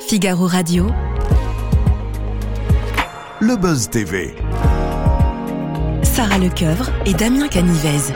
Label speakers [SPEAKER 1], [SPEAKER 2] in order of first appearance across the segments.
[SPEAKER 1] Figaro Radio,
[SPEAKER 2] Le Buzz TV.
[SPEAKER 1] Sarah Lecoeuvre et Damien Canivez.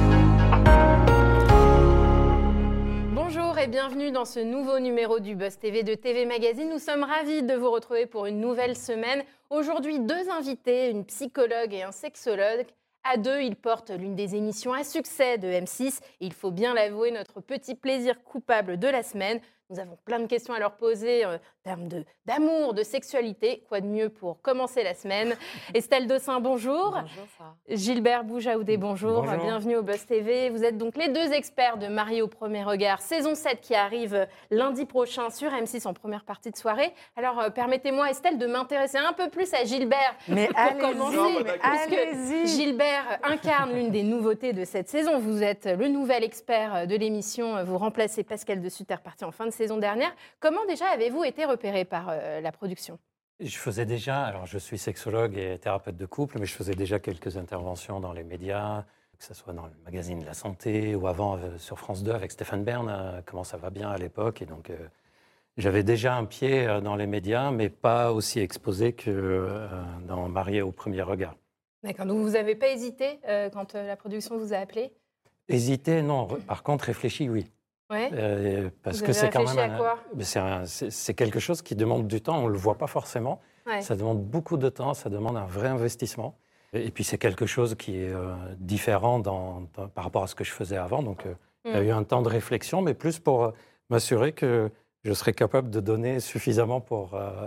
[SPEAKER 3] Bonjour et bienvenue dans ce nouveau numéro du Buzz TV de TV Magazine. Nous sommes ravis de vous retrouver pour une nouvelle semaine. Aujourd'hui, deux invités, une psychologue et un sexologue. À deux, ils portent l'une des émissions à succès de M6. Et il faut bien l'avouer, notre petit plaisir coupable de la semaine. Nous avons plein de questions à leur poser en termes d'amour, de sexualité. Quoi de mieux pour commencer la semaine? Estelle Dossin, bonjour.
[SPEAKER 4] Bonjour, Sarah.
[SPEAKER 3] Gilbert Boujaoudé, bonjour.
[SPEAKER 5] Bonjour.
[SPEAKER 3] Bienvenue au Buzz TV. Vous êtes donc les deux experts de Mariés au premier regard, saison 7 qui arrive lundi prochain sur M6 en première partie de soirée. Alors, permettez-moi, Estelle, de m'intéresser un peu plus à Gilbert
[SPEAKER 4] Mais
[SPEAKER 3] pour commencer. Puisque
[SPEAKER 4] allez-y.
[SPEAKER 3] Gilbert incarne l'une des nouveautés de cette saison. Vous êtes le nouvel expert de l'émission. Vous remplacez Pascal de Sutter, parti en fin de saison dernière. Comment déjà avez-vous été repéré par la production?
[SPEAKER 5] Je faisais déjà, alors je suis sexologue et thérapeute de couple, mais je faisais déjà quelques interventions dans les médias, que ce soit dans le magazine de la santé ou avant sur France 2 avec Stéphane Bern, Comment ça va bien à l'époque. Et donc j'avais déjà un pied dans les médias, mais pas aussi exposé que dans Mariés au premier regard.
[SPEAKER 3] D'accord, donc vous n'avez pas hésité quand la production vous a appelé?
[SPEAKER 5] Hésiter, non. Par contre, réfléchir, oui.
[SPEAKER 3] Ouais.
[SPEAKER 5] Parce
[SPEAKER 3] Vous
[SPEAKER 5] que
[SPEAKER 3] avez
[SPEAKER 5] c'est quand
[SPEAKER 3] réfléchi
[SPEAKER 5] même
[SPEAKER 3] à quoi?
[SPEAKER 5] c'est quelque chose qui demande du temps, on ne le voit pas forcément.
[SPEAKER 3] Ouais.
[SPEAKER 5] Ça demande beaucoup de temps, ça demande un vrai investissement. Et puis c'est quelque chose qui est différent par rapport à ce que je faisais avant. Donc il y a eu un temps de réflexion, mais plus pour m'assurer que je serais capable de donner suffisamment pour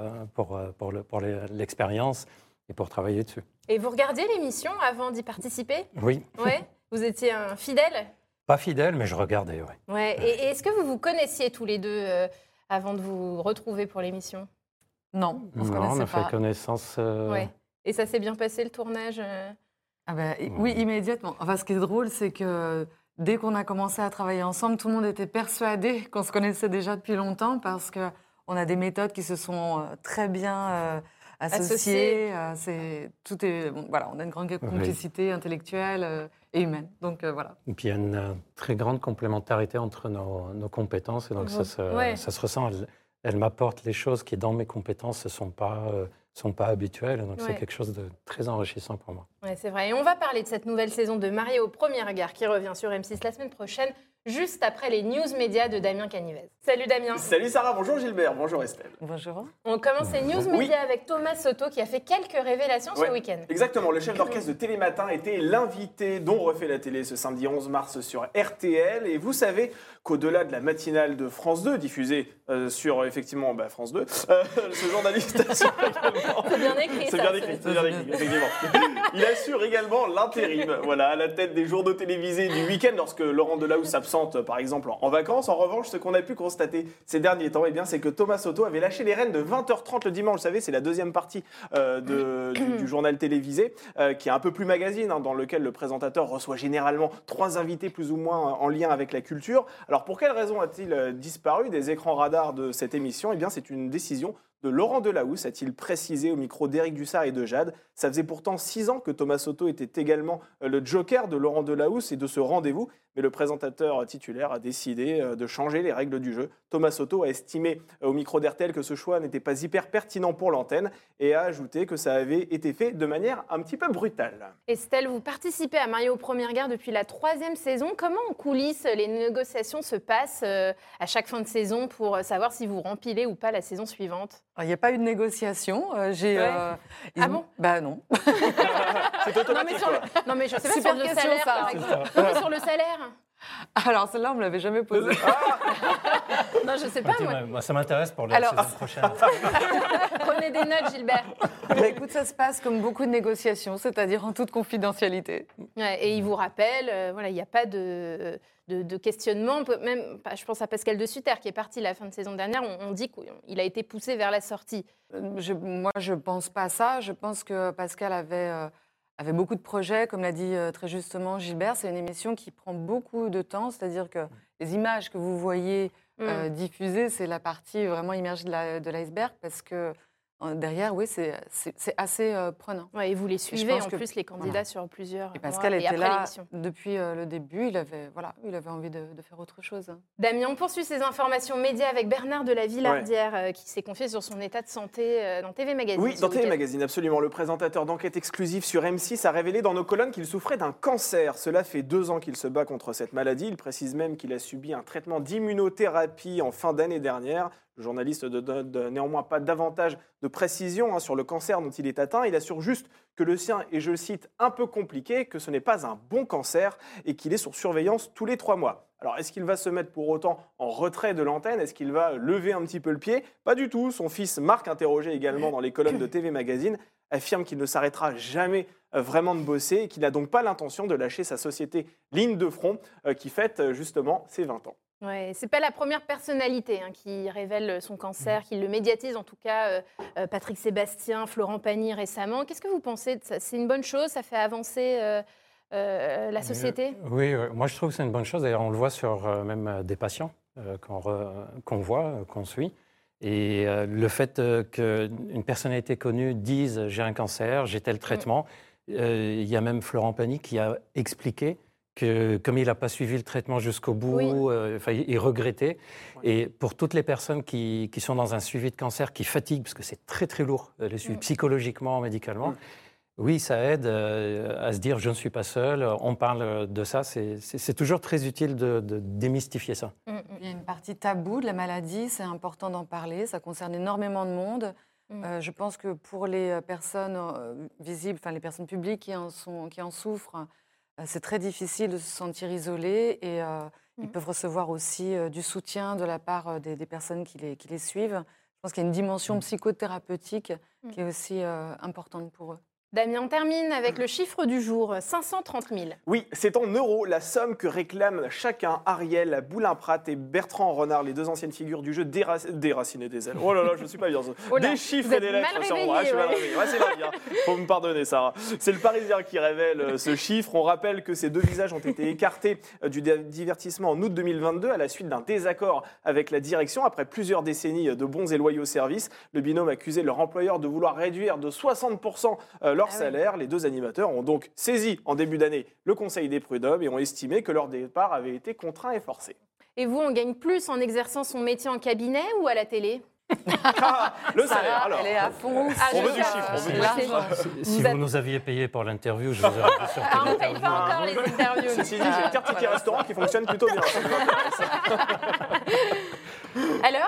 [SPEAKER 5] l'expérience et pour travailler dessus.
[SPEAKER 3] Et vous regardiez l'émission avant d'y participer?
[SPEAKER 5] Oui,
[SPEAKER 3] Ouais. Vous étiez un fidèle?
[SPEAKER 5] pas fidèle, mais je regardais, oui.
[SPEAKER 3] Ouais. Et est-ce que vous vous connaissiez tous les deux avant de vous retrouver pour l'émission?
[SPEAKER 4] Non, on se
[SPEAKER 5] Non, on
[SPEAKER 4] connaissait
[SPEAKER 5] a fait
[SPEAKER 4] pas.
[SPEAKER 5] connaissance.
[SPEAKER 3] Ouais. Et ça s'est bien passé le tournage?
[SPEAKER 4] Ah ben, oui, immédiatement. Enfin, ce qui est drôle, c'est que dès qu'on a commencé à travailler ensemble, tout le monde était persuadé qu'on se connaissait déjà depuis longtemps parce qu'on a des méthodes qui se sont très bien associées. Voilà, on a une grande complicité intellectuelle et humaine. Donc voilà.
[SPEAKER 5] Et puis il y a une très grande complémentarité entre nos compétences. Et donc ça se ressent. Elle m'apporte les choses qui, dans mes compétences, ne sont pas habituelles. Donc c'est quelque chose de très enrichissant pour moi.
[SPEAKER 3] Ouais, c'est vrai. Et on va parler de cette nouvelle saison de Mariés au premier regard qui revient sur M6 la semaine prochaine, juste après les news médias de Damien Canivez. Salut Damien.
[SPEAKER 6] Salut Sarah, bonjour Gilbert, bonjour Estelle.
[SPEAKER 4] Bonjour.
[SPEAKER 3] On commence les news médias avec Thomas Soto qui a fait quelques révélations ce week-end.
[SPEAKER 6] Exactement, le chef d'orchestre de Télématin était l'invité dont refait la télé ce samedi 11 mars sur RTL. Et vous savez qu'au-delà de la matinale de France 2, diffusée sur effectivement France 2, ce journaliste assure également...
[SPEAKER 3] C'est bien écrit,
[SPEAKER 6] C'est
[SPEAKER 3] ça.
[SPEAKER 6] bien écrit, effectivement. Il assure également l'intérim, voilà, à la tête des journaux télévisés du week-end lorsque Laurent Delahousse s'absente, par exemple, en vacances. En revanche, ce qu'on a pu constater ces derniers temps, c'est que Thomas Soto avait lâché les rênes de 20h30 le dimanche. Vous savez, c'est la deuxième partie du journal télévisé, qui est un peu plus magazine, dans lequel le présentateur reçoit généralement 3 invités plus ou moins en lien avec la culture. Alors, pour quelle raison a-t-il disparu des écrans radars de cette émission? C'est une décision de Laurent Delahousse, a-t-il précisé au micro d'Éric Dussart et de Jade. Ça faisait pourtant 6 ans que Thomas Soto était également le joker de Laurent Delahousse et de ce rendez-vous. Mais le présentateur titulaire a décidé de changer les règles du jeu. Thomas Soto a estimé au micro d'RTL que ce choix n'était pas hyper pertinent pour l'antenne et a ajouté que ça avait été fait de manière un petit peu brutale.
[SPEAKER 3] Estelle, vous participez à Mariés au premier regard depuis la 3e saison. Comment en coulisses les négociations se passent à chaque fin de saison pour savoir si vous rempilez ou pas la saison suivante?
[SPEAKER 4] Il n'y a pas eu de négociation.
[SPEAKER 3] Ah bon?
[SPEAKER 4] Bah non.
[SPEAKER 6] C'est automatique.
[SPEAKER 3] Non mais je sais pas,
[SPEAKER 4] Super
[SPEAKER 3] sur le
[SPEAKER 4] question,
[SPEAKER 3] salaire
[SPEAKER 4] ça.
[SPEAKER 3] par exemple. Non, mais sur le salaire.
[SPEAKER 4] Alors celle-là, on ne me l'avait jamais posée.
[SPEAKER 3] Non, je sais pas moi.
[SPEAKER 5] Moi, ça m'intéresse pour la
[SPEAKER 4] Alors-
[SPEAKER 5] saison prochaine.
[SPEAKER 3] Prenez des notes, Gilbert.
[SPEAKER 4] Bah, écoute, ça se passe comme beaucoup de négociations, c'est-à-dire en toute confidentialité.
[SPEAKER 3] Ouais, et il vous rappelle, voilà, il n'y a pas de questionnement. Même, je pense à Pascal de Sutter qui est parti la fin de saison dernière. On dit qu'il a été poussé vers la sortie.
[SPEAKER 4] Moi, je ne pense pas à ça. Je pense que Pascal avait beaucoup de projets. Comme l'a dit très justement Gilbert, c'est une émission qui prend beaucoup de temps. C'est-à-dire que les images que vous voyez diffusées, c'est la partie vraiment immergée de l'iceberg parce que derrière, oui, c'est assez prenant.
[SPEAKER 3] Ouais, et vous les suivez
[SPEAKER 4] pense
[SPEAKER 3] en
[SPEAKER 4] que-
[SPEAKER 3] plus les candidats sur plusieurs
[SPEAKER 4] Et Pascal
[SPEAKER 3] mois et
[SPEAKER 4] était
[SPEAKER 3] après
[SPEAKER 4] là
[SPEAKER 3] l'émission.
[SPEAKER 4] depuis le début. Il avait envie de faire autre chose.
[SPEAKER 3] Damien, on poursuit ses informations médias avec Bernard de la Villardière qui s'est confié sur son état de santé dans TV Magazine.
[SPEAKER 6] Oui,
[SPEAKER 3] ce
[SPEAKER 6] dans TV
[SPEAKER 3] week-end.
[SPEAKER 6] Magazine, absolument. Le présentateur d'enquête exclusive sur M6 a révélé dans nos colonnes qu'il souffrait d'un cancer. Cela fait 2 ans qu'il se bat contre cette maladie. Il précise même qu'il a subi un traitement d'immunothérapie en fin d'année dernière. Le journaliste ne donne néanmoins pas davantage de précision sur le cancer dont il est atteint. Il assure juste que le sien est, je le cite, un peu compliqué, que ce n'est pas un bon cancer et qu'il est sur surveillance tous les 3 mois. Alors, est-ce qu'il va se mettre pour autant en retrait de l'antenne? Est-ce qu'il va lever un petit peu le pied? Pas du tout. Son fils Marc, interrogé également dans les colonnes de TV Magazine, affirme qu'il ne s'arrêtera jamais vraiment de bosser et qu'il n'a donc pas l'intention de lâcher sa société Ligne de Front qui fête justement ses 20 ans.
[SPEAKER 3] Ouais, c'est pas la première personnalité qui révèle son cancer, qui le médiatise, en tout cas Patrick Sébastien, Florent Pagny récemment. Qu'est-ce que vous pensez de ça? C'est une bonne chose? Ça fait avancer la société?
[SPEAKER 5] Oui, moi je trouve que c'est une bonne chose. D'ailleurs, on le voit sur même des patients qu'on voit, qu'on suit. Et le fait qu'une personnalité connue dise « j'ai un cancer, j'ai tel traitement », il y a même Florent Pagny qui a expliqué que comme il n'a pas suivi le traitement jusqu'au bout, il regrettait. Et pour toutes les personnes qui sont dans un suivi de cancer qui fatigue, parce que c'est très très lourd, les suivis psychologiquement, médicalement, oui, ça aide à se dire je ne suis pas seul, on parle de ça. C'est toujours très utile de démystifier ça.
[SPEAKER 4] Il y a une partie taboue de la maladie, c'est important d'en parler, ça concerne énormément de monde. Je pense que pour les personnes visibles, enfin les personnes publiques qui en souffrent, c'est très difficile de se sentir isolé et ils peuvent recevoir aussi du soutien de la part des personnes qui les suivent. Je pense qu'il y a une dimension psychothérapeutique qui est aussi importante pour eux.
[SPEAKER 3] Damien, on termine avec le chiffre du jour, 530 000.
[SPEAKER 6] Oui, c'est en euros la somme que réclament chacun Ariel Boulin-Prat et Bertrand Renard, les 2 anciennes figures du jeu Déraciner des ailes. Oh là là, je ne suis pas bien. Des chiffres et des lettres sur moi. Je suis mal réveillé. Ouais, c'est la vie, hein. Faut me pardonner, Sarah. C'est le Parisien qui révèle ce chiffre. On rappelle que ces 2 visages ont été écartés du divertissement en août 2022 à la suite d'un désaccord avec la direction. Après plusieurs décennies de bons et loyaux services, le binôme accusait leur employeur de vouloir réduire de 60% leur salaire. Les 2 animateurs ont donc saisi en début d'année le Conseil des prud'hommes et ont estimé que leur départ avait été contraint et forcé.
[SPEAKER 3] Et vous, on gagne plus en exerçant son métier en cabinet ou à la télé?
[SPEAKER 6] Le salaire, alors.
[SPEAKER 4] Elle est à fond.
[SPEAKER 6] On veut du chiffre, on veut du chiffre.
[SPEAKER 5] Si vous nous aviez payé pour l'interview, je vous aurais dit sur
[SPEAKER 3] Ah, on ne paye pas encore les interviews.
[SPEAKER 6] Ceci dit, j'ai une carte ticket restaurant qui fonctionne plutôt bien. Ça vous intéresse.
[SPEAKER 3] Alors?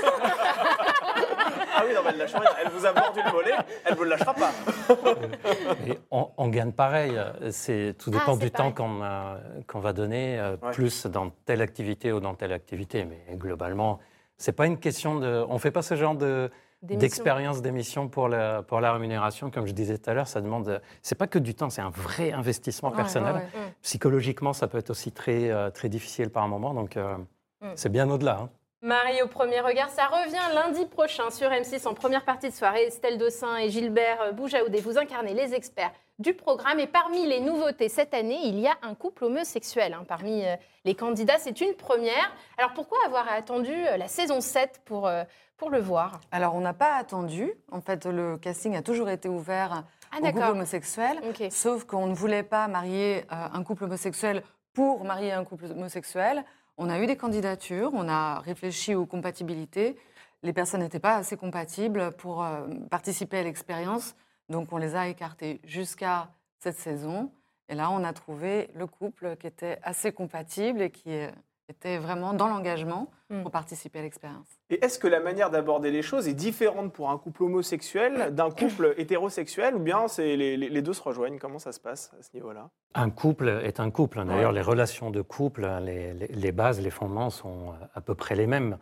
[SPEAKER 6] Ah oui, non, mais elle lâche rien. Elle vous a mordu le mollet, elle ne vous le lâchera pas.
[SPEAKER 5] Et on gagne pareil. Tout dépend
[SPEAKER 3] c'est
[SPEAKER 5] du temps
[SPEAKER 3] pareil.
[SPEAKER 5] qu'on va donner, plus dans telle activité ou dans telle activité. Mais globalement, c'est pas une question de. On fait pas ce genre d'expérience d'émission pour la rémunération. Comme je disais tout à l'heure, ça demande. C'est pas que du temps, c'est un vrai investissement personnel. Psychologiquement, ça peut être aussi très très difficile par moment. Donc c'est bien au-delà. Hein.
[SPEAKER 3] Marie au premier regard, ça revient lundi prochain sur M6 en première partie de soirée. Estelle Dossin et Gilbert Boujaoudé, vous incarnez les experts du programme. Et parmi les nouveautés cette année, il y a un couple homosexuel. Parmi les candidats, c'est une première. Alors pourquoi avoir attendu la saison 7 pour le voir?
[SPEAKER 4] Alors on n'a pas attendu. En fait, le casting a toujours été ouvert aux couples homosexuels.
[SPEAKER 3] Okay.
[SPEAKER 4] Sauf qu'on ne voulait pas marier un couple homosexuel pour marier un couple homosexuel. On a eu des candidatures, on a réfléchi aux compatibilités. Les personnes n'étaient pas assez compatibles pour participer à l'expérience, donc on les a écartées jusqu'à cette saison. Et là, on a trouvé le couple qui était assez compatible et qui était vraiment dans l'engagement pour participer à l'expérience.
[SPEAKER 6] Et est-ce que la manière d'aborder les choses est différente pour un couple homosexuel d'un couple hétérosexuel, ou bien les 2 se rejoignent? Comment ça se passe à ce niveau-là?
[SPEAKER 5] Un couple est un couple. D'ailleurs, les relations de couple, les bases, les fondements sont à peu près les mêmes.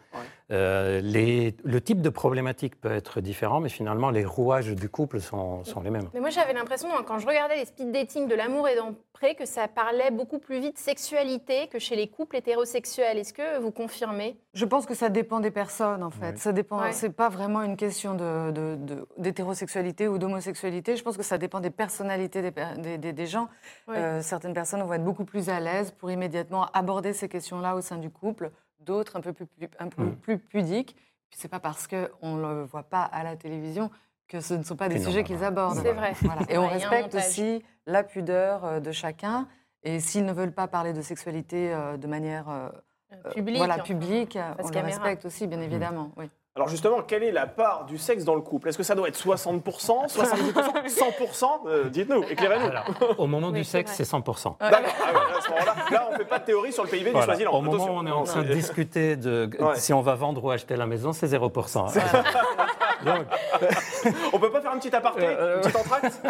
[SPEAKER 5] Le type de problématique peut être différent, mais finalement, les rouages du couple sont les mêmes.
[SPEAKER 3] Mais moi, j'avais l'impression, quand je regardais les speed dating de L'amour et d'Empré, que ça parlait beaucoup plus vite sexualité que chez les couples hétérosexuels. Est-ce que vous confirmez?
[SPEAKER 4] Je pense que ça dépend des personnes, en fait.
[SPEAKER 5] Oui.
[SPEAKER 4] Ça dépend. C'est pas vraiment une question d'hétérosexualité ou d'homosexualité. Je pense que ça dépend des personnalités des gens. Certaines personnes vont être beaucoup plus à l'aise pour immédiatement aborder ces questions-là au sein du couple. D'autres un peu plus pudiques. Puis c'est pas parce qu'on ne le voit pas à la télévision que ce ne sont pas des
[SPEAKER 5] Puis non,
[SPEAKER 4] sujets
[SPEAKER 5] non,
[SPEAKER 4] qu'ils
[SPEAKER 5] non.
[SPEAKER 4] abordent.
[SPEAKER 3] C'est vrai.
[SPEAKER 4] Voilà. Et on
[SPEAKER 3] Ouais, il y a un
[SPEAKER 4] respecte
[SPEAKER 3] montage.
[SPEAKER 4] aussi la pudeur de chacun. Et s'ils ne veulent pas parler de sexualité de manière
[SPEAKER 3] Public.
[SPEAKER 4] voilà,
[SPEAKER 3] enfin,
[SPEAKER 4] publique,
[SPEAKER 3] face
[SPEAKER 4] on le
[SPEAKER 3] caméra.
[SPEAKER 4] respecte aussi, bien évidemment. Oui.
[SPEAKER 6] Alors justement, quelle est la part du sexe dans le couple? Est-ce que ça doit être 60%, 70%, 100%? Dites-nous, éclairez-nous.
[SPEAKER 5] Alors, au moment
[SPEAKER 3] Oui,
[SPEAKER 5] du
[SPEAKER 3] c'est
[SPEAKER 5] sexe,
[SPEAKER 3] vrai.
[SPEAKER 5] c'est 100%.
[SPEAKER 6] D'accord, ah ouais, à ce moment-là, là, on ne fait pas de théorie sur le PIB du
[SPEAKER 5] Voilà.
[SPEAKER 6] Swaziland.
[SPEAKER 5] Au moment où
[SPEAKER 6] Attention.
[SPEAKER 5] on est en train de discuter de
[SPEAKER 6] Ouais.
[SPEAKER 5] si on va vendre ou acheter la maison, c'est 0%. Donc,
[SPEAKER 6] On peut pas faire un petit aparté, un petit entracte?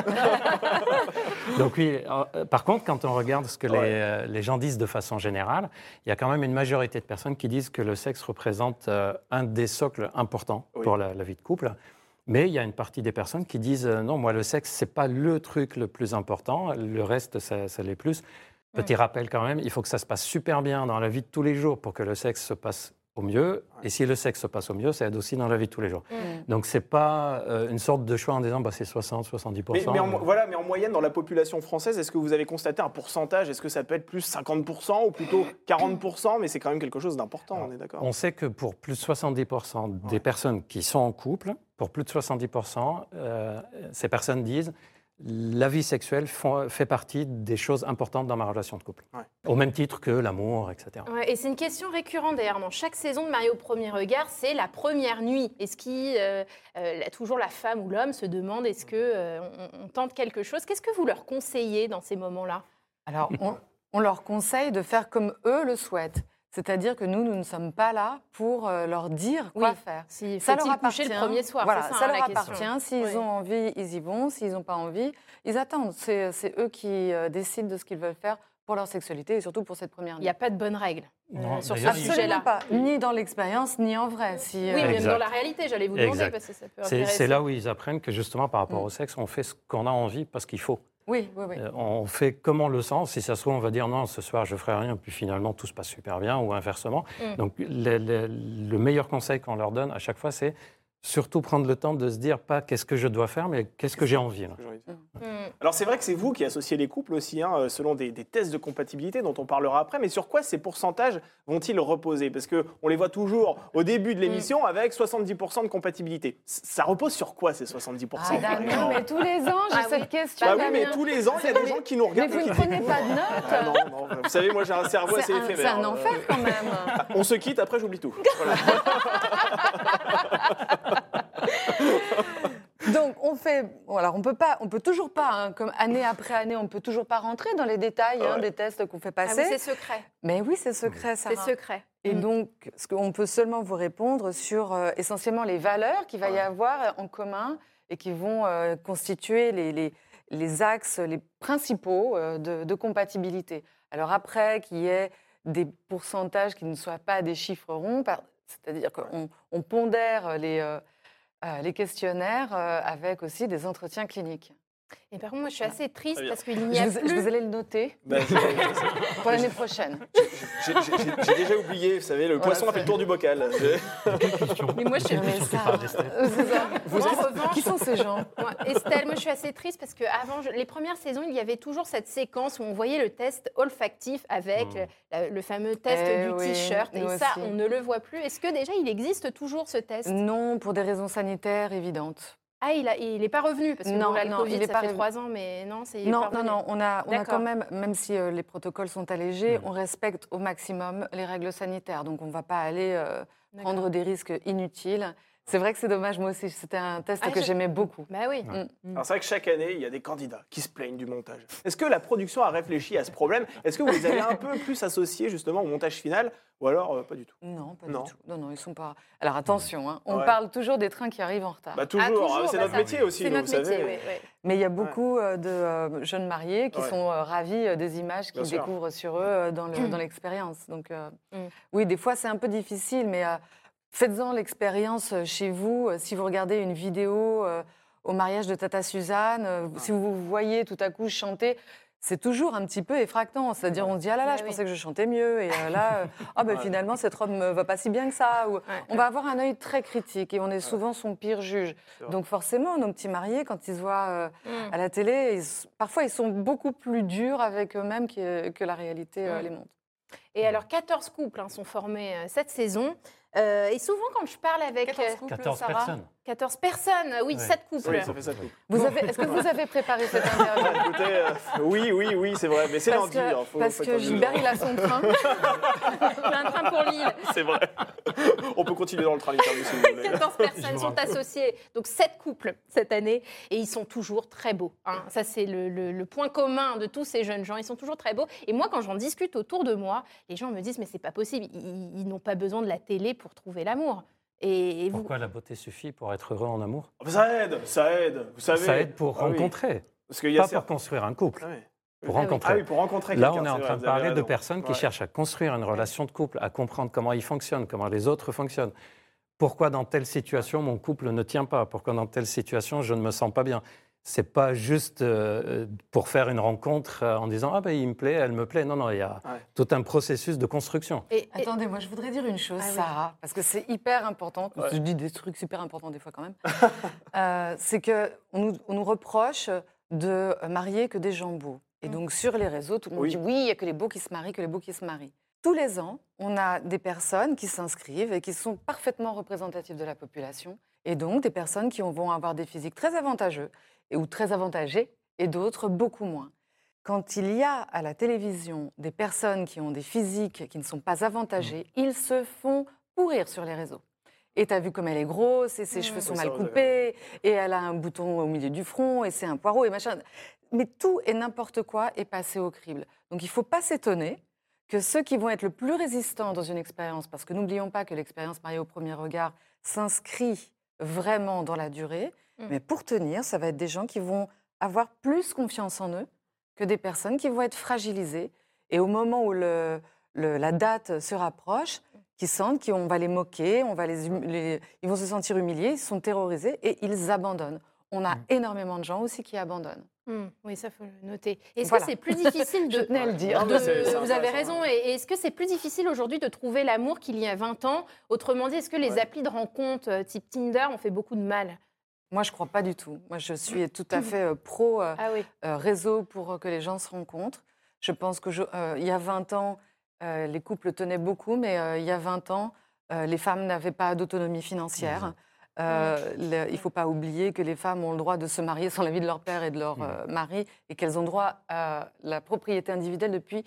[SPEAKER 5] Donc oui, par contre, quand on regarde ce que les gens disent de façon générale, il y a quand même une majorité de personnes qui disent que le sexe représente un des socles importants pour la vie de couple. Mais il y a une partie des personnes qui disent non, moi le sexe, c'est pas le truc le plus important, le reste, ça l'est plus. Petit rappel quand même, il faut que ça se passe super bien dans la vie de tous les jours pour que le sexe se passe au mieux. Et si le sexe se passe au mieux, ça aide aussi dans la vie de tous les jours. Donc, ce n'est pas une sorte de choix en disant bah, c'est 60, 70%.
[SPEAKER 6] Mais en moyenne, dans la population française, est-ce que vous avez constaté un pourcentage? Est-ce que ça peut être plus 50% ou plutôt 40%? Mais c'est quand même quelque chose d'important, on est d'accord?
[SPEAKER 5] On sait que pour plus de 70% des personnes qui sont en couple, pour plus de 70%, ces personnes disent la vie sexuelle fait partie des choses importantes dans ma relation de couple.
[SPEAKER 6] Ouais.
[SPEAKER 5] Au même titre que l'amour, etc.
[SPEAKER 3] Ouais, et c'est une question récurrente d'ailleurs dans chaque saison de Mariés au premier regard, c'est la première nuit. Est-ce que toujours la femme ou l'homme se demande est-ce qu'on tente quelque chose? Qu'est-ce que vous leur conseillez dans ces moments-là?
[SPEAKER 4] Alors, on leur conseille de faire comme eux le souhaitent. C'est-à-dire que nous ne sommes pas là pour leur dire quoi faire.
[SPEAKER 3] Si,
[SPEAKER 4] Ça leur
[SPEAKER 3] faut-il
[SPEAKER 4] appartient.
[SPEAKER 3] coucher le premier soir,
[SPEAKER 4] Voilà,
[SPEAKER 3] c'est
[SPEAKER 4] ça
[SPEAKER 3] la
[SPEAKER 4] leur
[SPEAKER 3] question.
[SPEAKER 4] appartient. S'ils
[SPEAKER 3] Oui.
[SPEAKER 4] ont envie, ils y vont. S'ils n'ont pas envie, ils attendent. C'est eux qui décident de ce qu'ils veulent faire pour leur sexualité et surtout pour cette première
[SPEAKER 3] Il
[SPEAKER 4] nuit.
[SPEAKER 3] n'y a pas de bonne règle
[SPEAKER 5] Non,
[SPEAKER 3] sur ce
[SPEAKER 5] d'ailleurs,
[SPEAKER 3] sujet-là.
[SPEAKER 4] Absolument pas, ni dans l'expérience, ni en vrai. Si,
[SPEAKER 3] Oui, même
[SPEAKER 5] Exact.
[SPEAKER 3] dans la réalité, j'allais vous demander
[SPEAKER 5] Exact.
[SPEAKER 3] parce que ça peut
[SPEAKER 5] C'est
[SPEAKER 3] intéresser.
[SPEAKER 5] là où ils apprennent que justement par rapport au sexe, on fait ce qu'on a envie parce qu'il faut.
[SPEAKER 4] oui.
[SPEAKER 5] On fait comme on le sent. Si ça se trouve, on va dire non, ce soir je ferai rien, puis finalement tout se passe super bien, ou inversement. Donc le meilleur conseil qu'on leur donne à chaque fois, c'est surtout prendre le temps de se dire pas qu'est-ce que je dois faire, mais qu'est-ce que j'ai envie. Là.
[SPEAKER 6] Alors c'est vrai que c'est vous qui associez les couples aussi, hein, selon des tests de compatibilité dont on parlera après, mais sur quoi ces pourcentages vont-ils reposer? Parce qu'on les voit toujours au début de l'émission avec 70% de compatibilité. Ça repose sur quoi ces 70% par
[SPEAKER 4] Damien,
[SPEAKER 6] exemple?
[SPEAKER 4] mais tous les ans, j'ai
[SPEAKER 3] Ah oui.
[SPEAKER 4] cette question.
[SPEAKER 6] Bah oui, mais
[SPEAKER 4] Damien.
[SPEAKER 6] tous les ans, il y a des gens qui nous
[SPEAKER 4] Mais
[SPEAKER 6] regardent
[SPEAKER 4] vous
[SPEAKER 6] et qui
[SPEAKER 4] ne
[SPEAKER 6] disent
[SPEAKER 4] prenez pas de notes.
[SPEAKER 6] Ah non, vous savez, moi j'ai un cerveau assez éphémère.
[SPEAKER 4] C'est un enfer quand même.
[SPEAKER 6] On se quitte, après j'oublie tout. Voilà.
[SPEAKER 4] Donc on fait, alors on peut toujours pas, hein, comme année après année, on peut toujours pas rentrer dans les détails des tests qu'on fait
[SPEAKER 3] Ah
[SPEAKER 4] passer.
[SPEAKER 3] oui, c'est secret.
[SPEAKER 4] Mais oui, c'est secret,
[SPEAKER 3] C'est
[SPEAKER 4] Sarah.
[SPEAKER 3] secret.
[SPEAKER 4] Et donc, on peut seulement vous répondre sur essentiellement les valeurs qu'il va y avoir en commun et qui vont constituer les axes, les principaux de compatibilité. Alors après, qu'il y ait des pourcentages qui ne soient pas des chiffres ronds, c'est-à-dire qu'on pondère les questionnaires avec aussi des entretiens cliniques.
[SPEAKER 3] Et par contre, moi, je suis assez triste
[SPEAKER 6] Très bien.
[SPEAKER 3] parce qu'il n'y a
[SPEAKER 4] Je
[SPEAKER 3] plus...
[SPEAKER 4] vous allez le noter
[SPEAKER 6] Ben,
[SPEAKER 4] pour l'année prochaine.
[SPEAKER 6] j'ai déjà oublié, vous savez, le poisson a fait le tour du bocal.
[SPEAKER 3] Mais moi, je suis...
[SPEAKER 4] Mais ça, c'est ça.
[SPEAKER 3] Moi, en revanche,
[SPEAKER 4] Qui sont ces gens?
[SPEAKER 3] moi, Estelle, moi je suis assez triste parce qu'avant, les premières saisons, il y avait toujours cette séquence où on voyait le test olfactif avec le fameux test du
[SPEAKER 4] oui,
[SPEAKER 3] t-shirt. Et
[SPEAKER 4] nous
[SPEAKER 3] ça,
[SPEAKER 4] aussi.
[SPEAKER 3] on ne le voit plus. Est-ce que déjà, il existe toujours ce test?
[SPEAKER 4] Non, pour des raisons sanitaires évidentes.
[SPEAKER 3] Ah, il n'est pas revenu parce que
[SPEAKER 4] Non,
[SPEAKER 3] bon, là, le
[SPEAKER 4] non,
[SPEAKER 3] Covid,
[SPEAKER 4] il est
[SPEAKER 3] ça
[SPEAKER 4] pas
[SPEAKER 3] fait
[SPEAKER 4] revenu.
[SPEAKER 3] 3 ans, mais non, c'est il est
[SPEAKER 4] Non,
[SPEAKER 3] pas
[SPEAKER 4] non,
[SPEAKER 3] revenu.
[SPEAKER 4] non, on a
[SPEAKER 3] D'accord.
[SPEAKER 4] quand même si les protocoles sont allégés, on respecte au maximum les règles sanitaires. Donc, on ne va pas aller prendre des risques inutiles. C'est vrai que c'est dommage, moi aussi, c'était un test que j'aimais beaucoup.
[SPEAKER 3] Bah oui.
[SPEAKER 6] Alors c'est vrai que chaque année, il y a des candidats qui se plaignent du montage. Est-ce que la production a réfléchi à ce problème? Est-ce que vous les avez un peu plus associés justement au montage final? Ou alors pas du tout?
[SPEAKER 4] Non, pas
[SPEAKER 6] Non.
[SPEAKER 4] du tout. Non, ils sont pas... Alors, attention, hein, on
[SPEAKER 6] Ouais.
[SPEAKER 4] parle toujours des trains qui arrivent en retard.
[SPEAKER 6] Bah toujours,
[SPEAKER 3] toujours,
[SPEAKER 6] c'est
[SPEAKER 3] bah
[SPEAKER 6] notre
[SPEAKER 3] ça,
[SPEAKER 6] métier aussi,
[SPEAKER 3] C'est
[SPEAKER 6] nous,
[SPEAKER 3] notre
[SPEAKER 6] vous
[SPEAKER 3] métier,
[SPEAKER 6] savez.
[SPEAKER 3] oui.
[SPEAKER 4] Mais il y a beaucoup de jeunes mariés qui
[SPEAKER 6] Ouais.
[SPEAKER 4] sont ravis des images
[SPEAKER 6] Bien
[SPEAKER 4] qu'ils
[SPEAKER 6] sûr.
[SPEAKER 4] découvrent sur eux dans l'expérience. Donc, oui, des fois, c'est un peu difficile, mais faites-en l'expérience chez vous. Si vous regardez une vidéo au mariage de Tata Suzanne, si vous vous voyez tout à coup chanter, c'est toujours un petit peu effractant. C'est-à-dire, on se dit, ah là là, je
[SPEAKER 3] oui.
[SPEAKER 4] pensais que je chantais mieux. Et là, finalement, cette robe ne va pas si bien que ça. Ou, on va avoir un œil très critique et on est souvent son pire juge.
[SPEAKER 6] vrai.
[SPEAKER 4] Donc forcément, nos petits mariés, quand ils se voient à la télé, parfois, ils sont beaucoup plus durs avec eux-mêmes que la réalité les montre.
[SPEAKER 3] Et alors, 14 couples sont formés cette saison. Et souvent, quand je parle avec
[SPEAKER 4] 14 couples,
[SPEAKER 5] 14
[SPEAKER 4] Sarah.
[SPEAKER 5] personnes.
[SPEAKER 3] 14 personnes, oui,
[SPEAKER 5] Ouais.
[SPEAKER 3] 7 couples.
[SPEAKER 6] Oui, ça fait ça. Tout.
[SPEAKER 4] Est-ce que vous avez préparé cette interview?
[SPEAKER 6] Écoutez, oui, c'est vrai, mais c'est
[SPEAKER 4] Parce
[SPEAKER 6] lundi.
[SPEAKER 4] que,
[SPEAKER 6] hein, faut
[SPEAKER 4] parce
[SPEAKER 6] être
[SPEAKER 4] que
[SPEAKER 6] honnête.
[SPEAKER 4] Gilbert, il a son train.
[SPEAKER 3] Il y a un train pour Lille.
[SPEAKER 6] C'est vrai. On peut continuer dans le train d'interview si vous voulez.
[SPEAKER 3] 14 personnes sont associées, donc 7 couples cette année, et ils sont toujours très beaux. Hein. Ça, c'est le point commun de tous ces jeunes gens. Ils sont toujours très beaux. Et moi, quand j'en discute autour de moi, les gens me disent, mais c'est pas possible, ils n'ont pas besoin de la télé pour trouver l'amour. Et vous...
[SPEAKER 5] Pourquoi la beauté suffit pour être heureux en amour?
[SPEAKER 6] Ça aide. Vous savez.
[SPEAKER 5] Ça aide pour
[SPEAKER 6] Ah oui.
[SPEAKER 5] rencontrer,
[SPEAKER 6] Parce qu'il y a
[SPEAKER 5] pas pour construire un couple.
[SPEAKER 6] Ah oui.
[SPEAKER 5] Pour
[SPEAKER 6] Ah
[SPEAKER 5] rencontrer.
[SPEAKER 6] oui, pour rencontrer
[SPEAKER 5] Là,
[SPEAKER 6] quelqu'un,
[SPEAKER 5] on est en
[SPEAKER 6] c'est
[SPEAKER 5] train
[SPEAKER 6] vrai,
[SPEAKER 5] de
[SPEAKER 6] vous avez
[SPEAKER 5] parler de
[SPEAKER 6] raison.
[SPEAKER 5] personnes qui
[SPEAKER 6] Ouais.
[SPEAKER 5] cherchent à construire une relation de couple, à comprendre comment ils fonctionnent, comment les autres fonctionnent. Pourquoi dans telle situation, mon couple ne tient pas? Pourquoi dans telle situation, je ne me sens pas bien? C'est pas juste pour faire une rencontre en disant « Ah ben, il me plaît, elle me plaît ». Non, non, il y a
[SPEAKER 6] Ouais.
[SPEAKER 5] tout un processus de construction.
[SPEAKER 4] Attendez, moi je voudrais dire une chose,
[SPEAKER 3] Ah oui.
[SPEAKER 4] Sarah, parce que c'est hyper important.
[SPEAKER 6] Ouais.
[SPEAKER 4] Je dis des trucs super importants des fois quand même. C'est qu'on nous reproche de marier que des gens beaux. Et donc sur les réseaux, tout le monde
[SPEAKER 6] Oui.
[SPEAKER 4] dit oui, il n'y a que les beaux qui se marient, que les beaux qui se marient. Tous les ans, on a des personnes qui s'inscrivent et qui sont parfaitement représentatives de la population. Et donc des personnes qui vont avoir des physiques très avantageux ou très avantagés et d'autres beaucoup moins. Quand il y a à la télévision des personnes qui ont des physiques qui ne sont pas avantagées, ils se font pourrir sur les réseaux. Et tu as vu comme elle est grosse, et ses cheveux sont
[SPEAKER 6] Oui,
[SPEAKER 4] mal
[SPEAKER 6] ça, vous avez
[SPEAKER 4] coupés, et elle a un bouton au milieu du front, et c'est un poireau, et machin. Mais tout et n'importe quoi est passé au crible. Donc il ne faut pas s'étonner que ceux qui vont être le plus résistants dans une expérience, parce que n'oublions pas que l'expérience mariée au premier regard s'inscrit vraiment dans la durée, mais pour tenir, ça va être des gens qui vont avoir plus confiance en eux que des personnes qui vont être fragilisées. Et au moment où la date se rapproche, qui sentent qu'on va les moquer, ils vont se sentir humiliés, ils sont terrorisés et ils abandonnent. On a énormément de gens aussi qui abandonnent.
[SPEAKER 3] Oui, ça faut le noter. Est-ce
[SPEAKER 4] Voilà.
[SPEAKER 3] que c'est plus difficile de...
[SPEAKER 4] Je tenais à le dire.
[SPEAKER 6] Non, mais c'est
[SPEAKER 3] Vous avez
[SPEAKER 6] intéressant.
[SPEAKER 3] raison. Et est-ce que c'est plus difficile aujourd'hui de trouver l'amour qu'il y a 20 ans? Autrement dit, est-ce que les
[SPEAKER 6] Ouais.
[SPEAKER 3] applis de rencontre type Tinder ont fait beaucoup de mal?
[SPEAKER 4] Moi, je ne crois pas du tout. Moi, je suis tout à fait pro
[SPEAKER 3] Ah oui.
[SPEAKER 4] réseau pour que les gens se rencontrent. Je pense qu'il y a 20 ans, les couples tenaient beaucoup, mais il y a 20 ans, les femmes n'avaient pas d'autonomie financière. Il ne faut pas oublier que les femmes ont le droit de se marier sans l'avis de leur père et de leur mari et qu'elles ont droit à la propriété individuelle depuis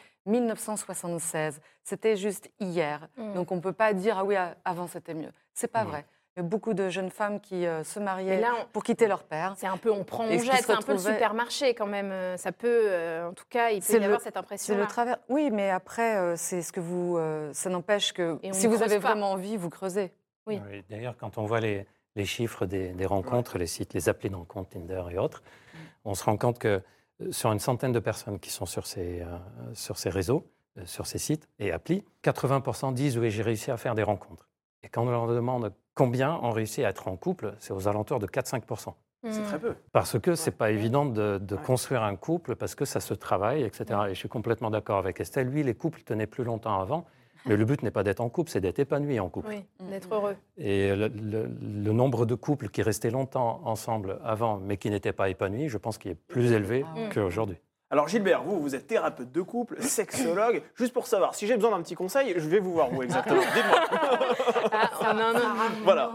[SPEAKER 4] 1976. C'était juste hier. Donc on ne peut pas dire « Ah oui, avant c'était mieux ». Ce n'est pas vrai. Il y a beaucoup de jeunes femmes qui se mariaient
[SPEAKER 3] Mais là,
[SPEAKER 4] pour quitter leur père.
[SPEAKER 3] c'est un peu on prend, on
[SPEAKER 4] Et ce qui
[SPEAKER 3] jette,
[SPEAKER 4] se
[SPEAKER 3] c'est un peu le
[SPEAKER 4] retrouvait-
[SPEAKER 3] supermarché quand même. Ça peut, en tout cas, il peut
[SPEAKER 4] C'est
[SPEAKER 3] y avoir cette
[SPEAKER 4] C'est
[SPEAKER 3] impression.
[SPEAKER 4] le travers. Oui, mais après, c'est ce que vous. Ça n'empêche que
[SPEAKER 3] Et on
[SPEAKER 4] si
[SPEAKER 3] ne
[SPEAKER 4] vous
[SPEAKER 3] creuse
[SPEAKER 4] avez
[SPEAKER 3] pas.
[SPEAKER 4] vraiment envie, vous creusez.
[SPEAKER 3] Oui.
[SPEAKER 5] Oui, d'ailleurs, quand on voit les chiffres des rencontres, les sites, les applis de rencontres, Tinder et autres, on se rend compte que sur une centaine de personnes qui sont sur ces réseaux, sur ces sites et applis, 80% disent « Oui, j'ai réussi à faire des rencontres ». Et quand on leur demande combien ont réussi à être en couple, c'est aux alentours de 4-5%.
[SPEAKER 6] C'est très peu.
[SPEAKER 5] Parce que ce n'est pas évident de
[SPEAKER 6] Ouais.
[SPEAKER 5] construire un couple, parce que ça se travaille, etc. Et je suis complètement d'accord avec Estelle. Oui, les couples tenaient plus longtemps avant, mais le but n'est pas d'être en couple, c'est d'être épanoui en couple.
[SPEAKER 3] Oui, d'être heureux.
[SPEAKER 5] Et le nombre de couples qui restaient longtemps ensemble avant, mais qui n'étaient pas épanouis, je pense qu'il est plus élevé qu'aujourd'hui.
[SPEAKER 6] Alors Gilbert, vous êtes thérapeute de couple, sexologue. Juste pour savoir, si j'ai besoin d'un petit conseil, je vais vous voir où exactement. Dites-moi.
[SPEAKER 3] Ah, non, non.
[SPEAKER 6] Voilà.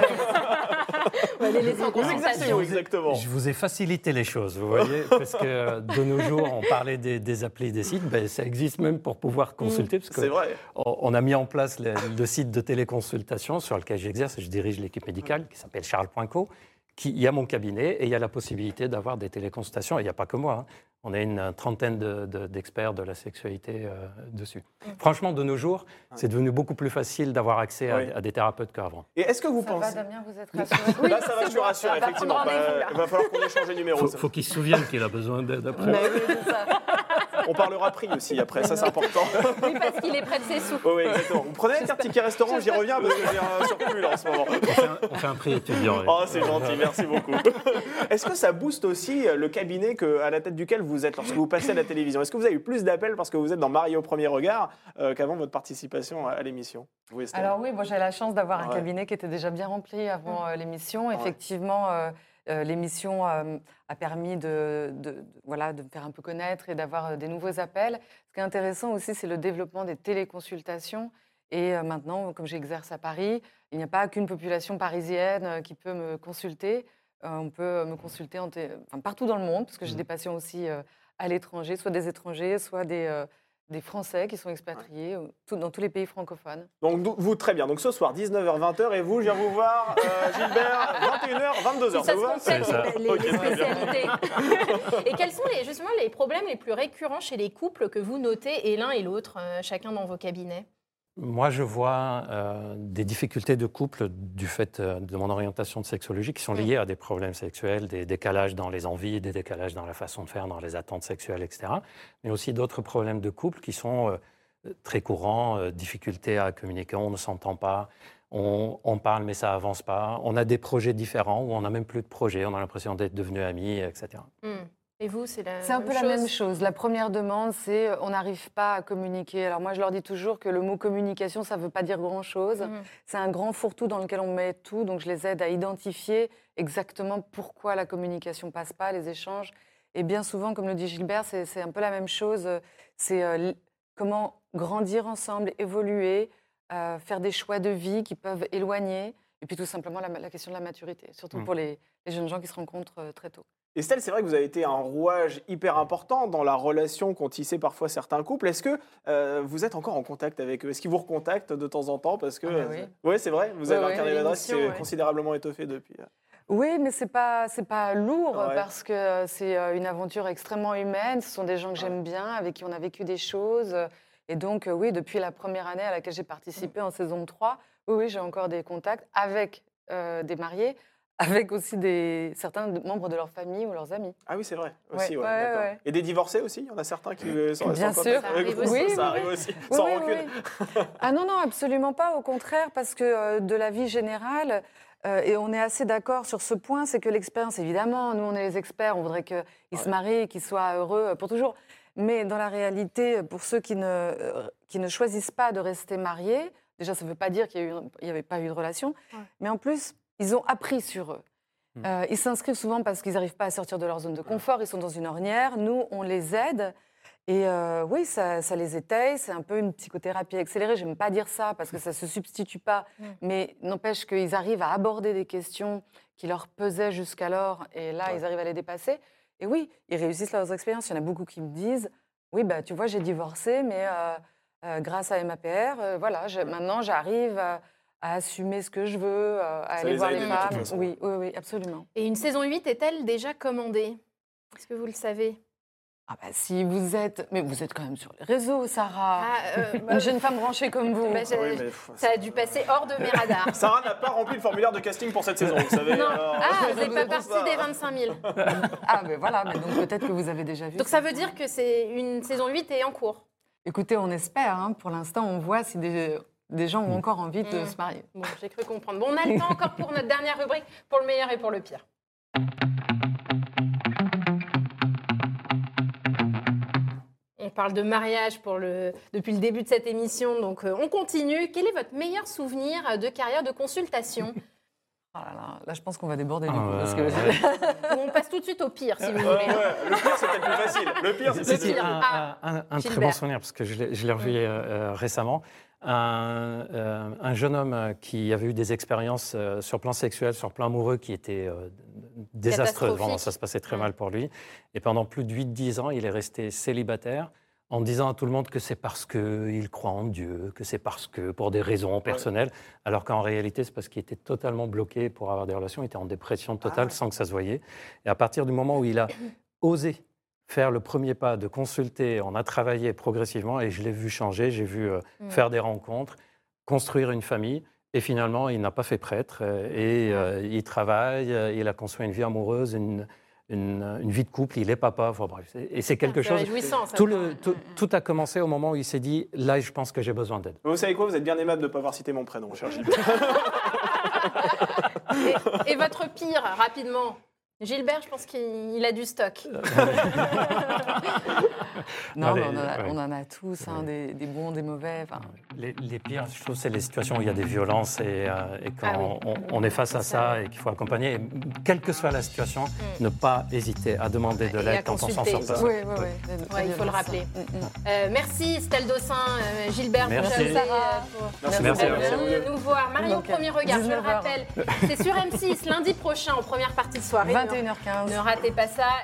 [SPEAKER 3] On va les laisser en
[SPEAKER 6] Vous exercez
[SPEAKER 3] consultation.
[SPEAKER 6] où exactement?
[SPEAKER 5] Je vous ai facilité les choses, vous voyez, parce que de nos jours, on parlait des applis, des sites, ben, ça existe même pour pouvoir consulter, parce
[SPEAKER 6] C'est vrai.
[SPEAKER 5] on a mis en place le site de téléconsultation sur lequel j'exerce, je dirige l'équipe médicale, qui s'appelle Charles.co. Il y a mon cabinet et il y a la possibilité d'avoir des téléconsultations. Et il n'y a pas que moi. Hein. On a une trentaine d'experts de la sexualité dessus. Franchement, de nos jours, c'est devenu beaucoup plus facile d'avoir accès à des thérapeutes qu'avant.
[SPEAKER 6] Et est-ce que vous
[SPEAKER 4] Ça va,
[SPEAKER 6] pensez...
[SPEAKER 4] Damien, vous êtes rassuré?
[SPEAKER 6] Là, ça va, je suis rassuré,
[SPEAKER 3] va
[SPEAKER 6] effectivement.
[SPEAKER 3] prendre rendez-vous, là.
[SPEAKER 6] Il va falloir qu'on échange les numéros.
[SPEAKER 5] Faut qu'il se souvienne qu'il a besoin d'aide après.
[SPEAKER 4] Mais oui, c'est ça.
[SPEAKER 6] On parlera prix aussi après, ça c'est important.
[SPEAKER 3] Oui, parce qu'il est près de ses sous.
[SPEAKER 6] Oui, exactement. Vous prenez la carte ticket restaurant, j'y reviens parce que j'ai un surplus là en ce moment.
[SPEAKER 5] On fait un prix étudiant. oui.
[SPEAKER 6] Oh, c'est gentil, merci beaucoup. Est-ce que ça booste aussi le cabinet à la tête duquel vous êtes lorsque vous passez à la télévision? Est-ce que vous avez eu plus d'appels parce que vous êtes dans Marié au premier regard qu'avant votre participation à l'émission? Oui, Estelle.
[SPEAKER 4] Alors oui, moi j'ai la chance d'avoir un
[SPEAKER 6] Ouais.
[SPEAKER 4] cabinet qui était déjà bien rempli avant l'émission. Effectivement, l'émission a permis de me faire un peu connaître et d'avoir des nouveaux appels. Ce qui est intéressant aussi, c'est le développement des téléconsultations Et maintenant, comme j'exerce à Paris, il n'y a pas qu'une population parisienne qui peut me consulter. On peut me consulter partout dans le monde, parce que j'ai des patients aussi à l'étranger, soit des étrangers, soit des Français qui sont expatriés dans tous les pays francophones.
[SPEAKER 6] Donc vous, très bien. Donc ce soir, 19h, 20h, et vous, je viens vous voir, Gilbert, 21h, 22h.
[SPEAKER 3] Ça se complète,
[SPEAKER 5] ça.
[SPEAKER 3] les spécialités. Et quels sont justement les problèmes les plus récurrents chez les couples que vous notez, et l'un et l'autre, chacun dans vos cabinets?
[SPEAKER 5] Moi, je vois des difficultés de couple du fait de mon orientation de sexologie qui sont liées à des problèmes sexuels, des décalages dans les envies, des décalages dans la façon de faire, dans les attentes sexuelles, etc. Mais aussi d'autres problèmes de couple qui sont très courants, difficultés à communiquer, on ne s'entend pas, on parle mais ça avance pas, on a des projets différents ou on n'a même plus de projets, on a l'impression d'être devenus amis, etc.
[SPEAKER 3] Et vous, c'est la
[SPEAKER 4] C'est un
[SPEAKER 3] même
[SPEAKER 4] peu
[SPEAKER 3] chose?
[SPEAKER 4] la même chose. La première demande, c'est on n'arrive pas à communiquer. Alors moi, je leur dis toujours que le mot communication, ça ne veut pas dire grand-chose. C'est un grand fourre-tout dans lequel on met tout. Donc je les aide à identifier exactement pourquoi la communication ne passe pas, les échanges. Et bien souvent, comme le dit Gilbert, c'est un peu la même chose. C'est comment grandir ensemble, évoluer, faire des choix de vie qui peuvent éloigner. Et puis tout simplement la question de la maturité, surtout pour les jeunes gens qui se rencontrent très tôt.
[SPEAKER 6] Estelle, c'est vrai que vous avez été un rouage hyper important dans la relation qu'ont tissé parfois certains couples. Est-ce que vous êtes encore en contact avec eux? Est-ce qu'ils vous recontactent de temps en temps? Parce que, oui, c'est vrai, vous avez un carnet d'adresse qui s'est considérablement étoffé depuis.
[SPEAKER 4] Oui, mais c'est pas lourd parce que c'est une aventure extrêmement humaine. Ce sont des gens que j'aime bien, avec qui on a vécu des choses. Et donc, oui, depuis la première année à laquelle j'ai participé en saison 3, oui, j'ai encore des contacts avec des mariés, avec aussi certains membres de leur famille ou leurs amis.
[SPEAKER 6] Ah oui, c'est vrai. Aussi,
[SPEAKER 4] d'accord.
[SPEAKER 6] Et des divorcés aussi? Il y en a certains qui sont
[SPEAKER 4] Bien
[SPEAKER 6] restés en
[SPEAKER 4] sûr.
[SPEAKER 6] contact avec vous.
[SPEAKER 4] Oui,
[SPEAKER 6] ça arrive aussi, sans rancune.
[SPEAKER 4] Ah non, absolument pas. Au contraire, parce que de la vie générale, et on est assez d'accord sur ce point, c'est que l'expérience, évidemment, nous, on est les experts, on voudrait qu'ils se marient, qu'ils soient heureux pour toujours. Mais dans la réalité, pour ceux qui ne choisissent pas de rester mariés, déjà, ça ne veut pas dire qu'il n'y avait pas eu de relation, mais en plus, ils ont appris sur eux. Ils s'inscrivent souvent parce qu'ils n'arrivent pas à sortir de leur zone de confort, ils sont dans une ornière, nous, on les aide. Et oui, ça les étaye, c'est un peu une psychothérapie accélérée, je n'aime pas dire ça parce que ça ne se substitue pas, mais n'empêche qu'ils arrivent à aborder des questions qui leur pesaient jusqu'alors, et là, ils arrivent à les dépasser. Et oui, ils réussissent leurs expériences. Il y en a beaucoup qui me disent, oui, bah, tu vois, j'ai divorcé, mais grâce à MAPR, voilà, maintenant, j'arrive à assumer ce que je veux, à aller voir les femmes. Oui, absolument.
[SPEAKER 3] Et une saison 8 est-elle déjà commandée? Est-ce que vous le savez?
[SPEAKER 4] Ah bah, si vous êtes... Mais vous êtes quand même sur les réseaux, Sarah. Une jeune femme branchée comme vous.
[SPEAKER 3] Ça a dû passer hors de mes radars.
[SPEAKER 6] Sarah n'a pas rempli le formulaire de casting pour cette saison, vous savez.
[SPEAKER 3] Non.
[SPEAKER 6] Alors,
[SPEAKER 3] vous n'êtes pas partie des 25 000.
[SPEAKER 4] Ah ben voilà, mais donc peut-être que vous avez déjà vu.
[SPEAKER 3] Donc ça veut dire que c'est une saison 8 est en cours?
[SPEAKER 4] Écoutez, on espère. Hein. Pour l'instant, on voit si des gens ont encore envie de se marier.
[SPEAKER 3] Bon, j'ai cru comprendre. Bon, on a le temps encore pour notre dernière rubrique, pour le meilleur et pour le pire. On parle de mariage depuis le début de cette émission, donc on continue. Quel est votre meilleur souvenir de carrière de consultation?
[SPEAKER 4] Oh là, je pense qu'on va déborder du coup.
[SPEAKER 5] Parce
[SPEAKER 3] que... On passe tout de suite au pire, si vous voulez.
[SPEAKER 6] Le pire, c'est peut-être plus facile. Le pire, c'est
[SPEAKER 5] le pire. Un très bon souvenir, parce que je l'ai revu récemment. Un jeune homme qui avait eu des expériences sur plan sexuel, sur plan amoureux, qui étaient désastreuses. Vraiment, ça se passait très mal pour lui. Et pendant plus de 8-10 ans, il est resté célibataire, en disant à tout le monde que c'est parce qu'il croit en Dieu, que c'est parce que, pour des raisons personnelles, alors qu'en réalité, c'est parce qu'il était totalement bloqué pour avoir des relations, il était en dépression totale sans que ça se voyait. Et à partir du moment où il a osé faire le premier pas, de consulter, on a travaillé progressivement et je l'ai vu changer, j'ai vu faire des rencontres, construire une famille. Et finalement, il n'a pas fait prêtre et il travaille, il a construit une vie amoureuse, une vie de couple, il est papa, enfin bref. Et c'est quelque chose... Tout a commencé au moment où il s'est dit, là, je pense que j'ai besoin d'aide.
[SPEAKER 6] Vous savez quoi, vous êtes bien aimable de ne pas avoir cité mon prénom, cher Gilles.
[SPEAKER 3] Et votre pire, rapidement? Gilbert, je pense qu'il a du stock.
[SPEAKER 4] Non,
[SPEAKER 5] Non,
[SPEAKER 4] mais
[SPEAKER 5] ouais.
[SPEAKER 4] on en a tous, hein, des bons, des mauvais. Enfin,
[SPEAKER 5] Les pires, je trouve, c'est les situations où il y a des violences et quand on est face à ça et qu'il faut accompagner, quelle que soit la situation, ne pas hésiter à demander de
[SPEAKER 3] Et à
[SPEAKER 5] l'aide quand on s'en
[SPEAKER 3] consulter.
[SPEAKER 5] sort pas.
[SPEAKER 4] oui.
[SPEAKER 3] Ouais, il faut le rappeler. Merci Estelle Dossin, Gilbert
[SPEAKER 5] Merci.
[SPEAKER 3] Bouchalzé,
[SPEAKER 6] Merci,
[SPEAKER 5] Merci.
[SPEAKER 3] venir nous voir. Marion,
[SPEAKER 4] Donc,
[SPEAKER 3] premier regard, je le
[SPEAKER 4] 19h.
[SPEAKER 3] rappelle, c'est sur M6 lundi prochain en première partie de soirée.
[SPEAKER 4] 21h15.
[SPEAKER 3] Ne ratez pas ça.